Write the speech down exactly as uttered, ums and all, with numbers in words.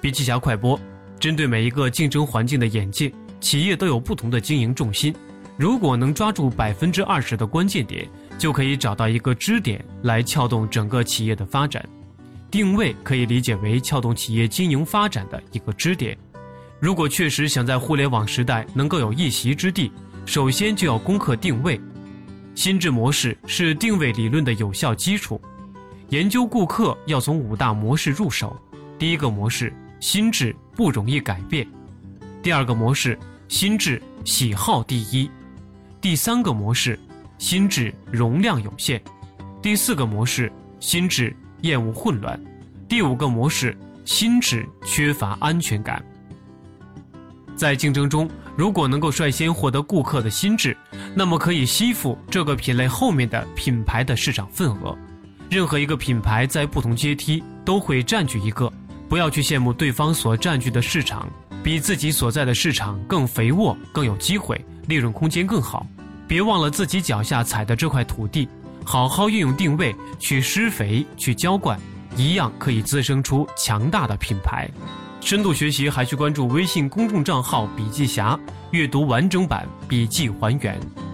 笔记侠快播，针对每一个竞争环境的演进，企业都有不同的经营重心。如果能抓住百分之二十的关键点，就可以找到一个支点来撬动整个企业的发展。定位可以理解为撬动企业经营发展的一个支点。如果确实想在互联网时代能够有一席之地，首先就要攻克定位。心智模式是定位理论的有效基础。研究顾客要从五大模式入手。第一个模式，心智不容易改变。第二个模式，心智喜好第一。第三个模式，心智容量有限。第四个模式，心智厌恶混乱。第五个模式，心智缺乏安全感。在竞争中，如果能够率先获得顾客的心智，那么可以吸附这个品类后面的品牌的市场份额。任何一个品牌在不同阶梯都会占据一个，不要去羡慕对方所占据的市场比自己所在的市场更肥沃、更有机会，利润空间更好。别忘了自己脚下踩的这块土地，好好运用定位去施肥、去浇灌，一样可以滋生出强大的品牌。深度学习还需关注微信公众账号笔记侠，阅读完整版笔记还原。